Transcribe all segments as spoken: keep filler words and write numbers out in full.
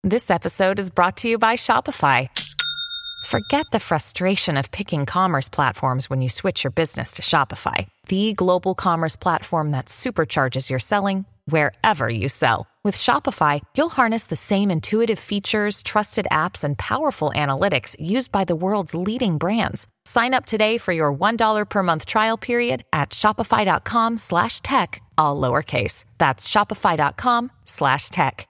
This episode is brought to you by Shopify. Forget the frustration of picking commerce platforms when you switch your business to Shopify, the global commerce platform that supercharges your selling wherever you sell. With Shopify, you'll harness the same intuitive features, trusted apps, and powerful analytics used by the world's leading brands. Sign up today for your one dollar per month trial period at shopify.com slash tech, all lowercase. That's shopify.com slash tech.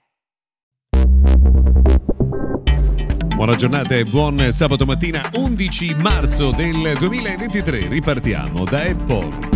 Buona giornata e buon sabato mattina undici marzo del duemilaventitré. Ripartiamo da Apple.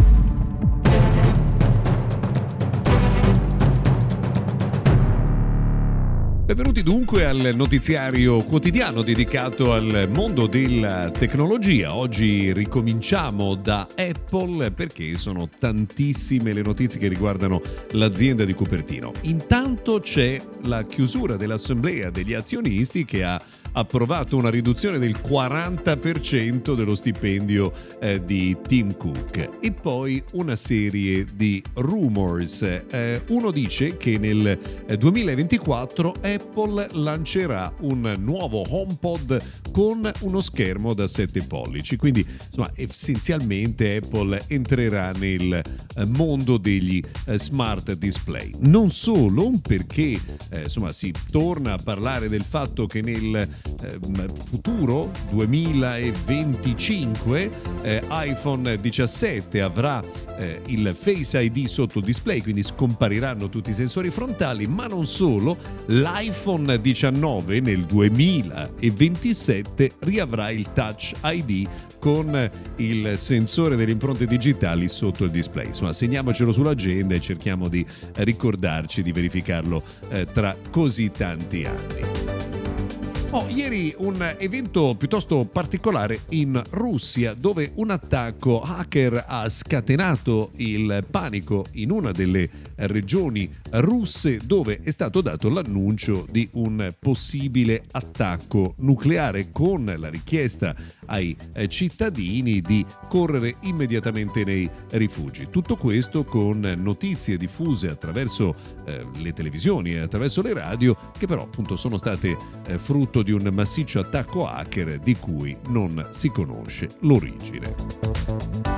Benvenuti dunque al notiziario quotidiano dedicato al mondo della tecnologia. Oggi ricominciamo da Apple perché sono tantissime le notizie che riguardano l'azienda di Cupertino. Intanto c'è la chiusura dell'assemblea degli azionisti che ha approvato una riduzione del quaranta per cento dello stipendio eh, di Tim Cook e poi una serie di rumors. Eh, uno dice che nel eh, duemilaventiquattro Apple lancerà un nuovo HomePod con uno schermo da sette pollici, quindi insomma essenzialmente Apple entrerà nel eh, mondo degli eh, smart display. Non solo, perché eh, insomma si torna a parlare del fatto che nel futuro duemilaventicinque eh, iPhone diciassette avrà eh, il Face I D sotto il display, quindi scompariranno tutti i sensori frontali, ma non solo, l'iPhone diciannove nel duemilaventisette riavrà il Touch I D con il sensore delle impronte digitali sotto il display. Insomma, segniamocelo sull'agenda e cerchiamo di ricordarci di verificarlo eh, tra così tanti anni. Oh, ieri un evento piuttosto particolare in Russia dove un attacco hacker ha scatenato il panico in una delle regioni russe dove è stato dato l'annuncio di un possibile attacco nucleare con la richiesta ai cittadini di correre immediatamente nei rifugi. Tutto questo con notizie diffuse attraverso eh, le televisioni e attraverso le radio che però appunto sono state eh, frutto di un massiccio attacco hacker di cui non si conosce l'origine.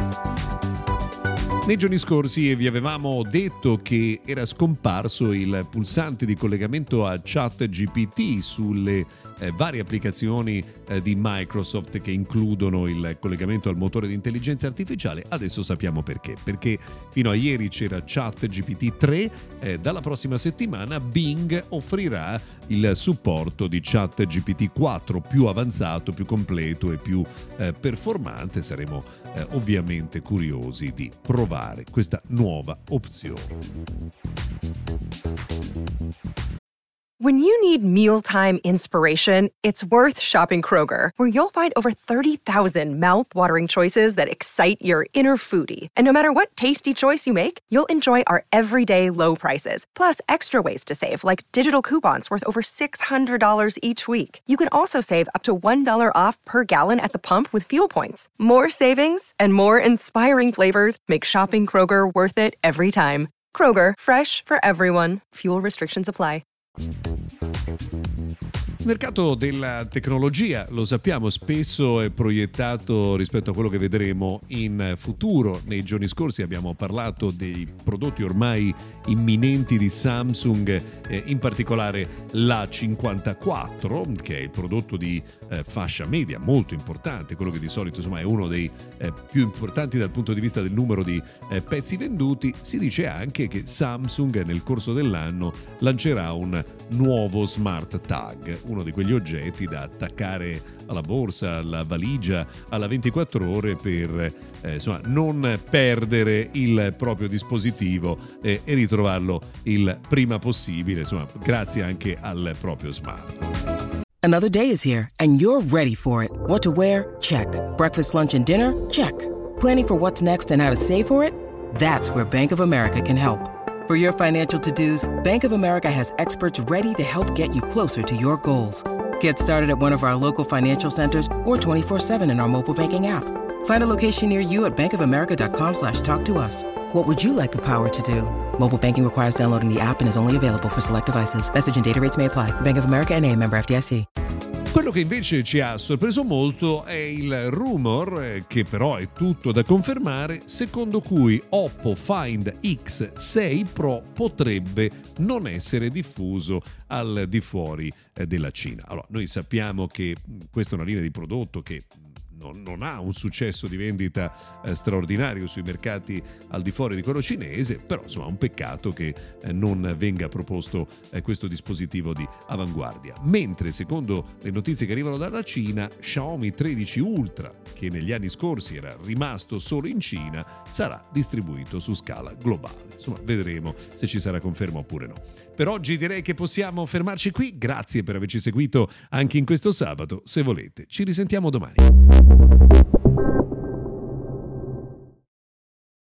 Nei giorni scorsi vi avevamo detto che era scomparso il pulsante di collegamento a ChatGPT sulle eh, varie applicazioni eh, di Microsoft che includono il collegamento al motore di intelligenza artificiale. Adesso sappiamo perché. Perché fino a ieri c'era ChatGPT tre, eh, dalla prossima settimana Bing offrirà il supporto di ChatGPT quattro più avanzato, più completo e più eh, performante. Saremo eh, ovviamente curiosi di provare questa nuova opzione. When you need mealtime inspiration, it's worth shopping Kroger, where you'll find over thirty thousand mouth-watering choices that excite your inner foodie. And no matter what tasty choice you make, you'll enjoy our everyday low prices, plus extra ways to save, like digital coupons worth over six hundred dollars each week. You can also save up to one dollar off per gallon at the pump with fuel points. More savings and more inspiring flavors make shopping Kroger worth it every time. Kroger, fresh for everyone. Fuel restrictions apply. Il mercato della tecnologia, lo sappiamo, spesso è proiettato rispetto a quello che vedremo in futuro. Nei giorni scorsi abbiamo parlato dei prodotti ormai imminenti di Samsung, eh, in particolare l'A cinquantaquattro, che è il prodotto di eh, fascia media molto importante, quello che di solito insomma è uno dei eh, più importanti dal punto di vista del numero di eh, pezzi venduti. Si dice anche che Samsung nel corso dell'anno lancerà un nuovo smart tag, uno di quegli oggetti da attaccare alla borsa, alla valigia, alla ventiquattro ore per eh, insomma, non perdere il proprio dispositivo eh, e ritrovarlo il prima possibile, insomma, grazie anche al proprio smartphone. Another day is here and you're ready for it. What to wear? Check. Breakfast, lunch, and dinner? Check. Planning for what's next and how to save for it? That's where Bank of America can help. For your financial to-dos, Bank of America has experts ready to help get you closer to your goals. Get started at one of our local financial centers or twenty-four seven in our mobile banking app. Find a location near you at bankofamerica.com slash talk to us. What would you like the power to do? Mobile banking requires downloading the app and is only available for select devices. Message and data rates may apply. Bank of America N A, member F D I C. Quello che invece ci ha sorpreso molto è il rumor, eh, che però è tutto da confermare, secondo cui Oppo Find X sei Pro potrebbe non essere diffuso al di fuori eh, della Cina. Allora, noi sappiamo che questa è una linea di prodotto che non ha un successo di vendita eh, straordinario sui mercati al di fuori di quello cinese, però insomma è un peccato che eh, non venga proposto eh, questo dispositivo di avanguardia. Mentre secondo le notizie che arrivano dalla Cina, Xiaomi tredici Ultra, che negli anni scorsi era rimasto solo in Cina, sarà distribuito su scala globale. Insomma, vedremo se ci sarà conferma oppure no. Per oggi direi che possiamo fermarci qui. Grazie per averci seguito anche in questo sabato. Se volete, ci risentiamo domani.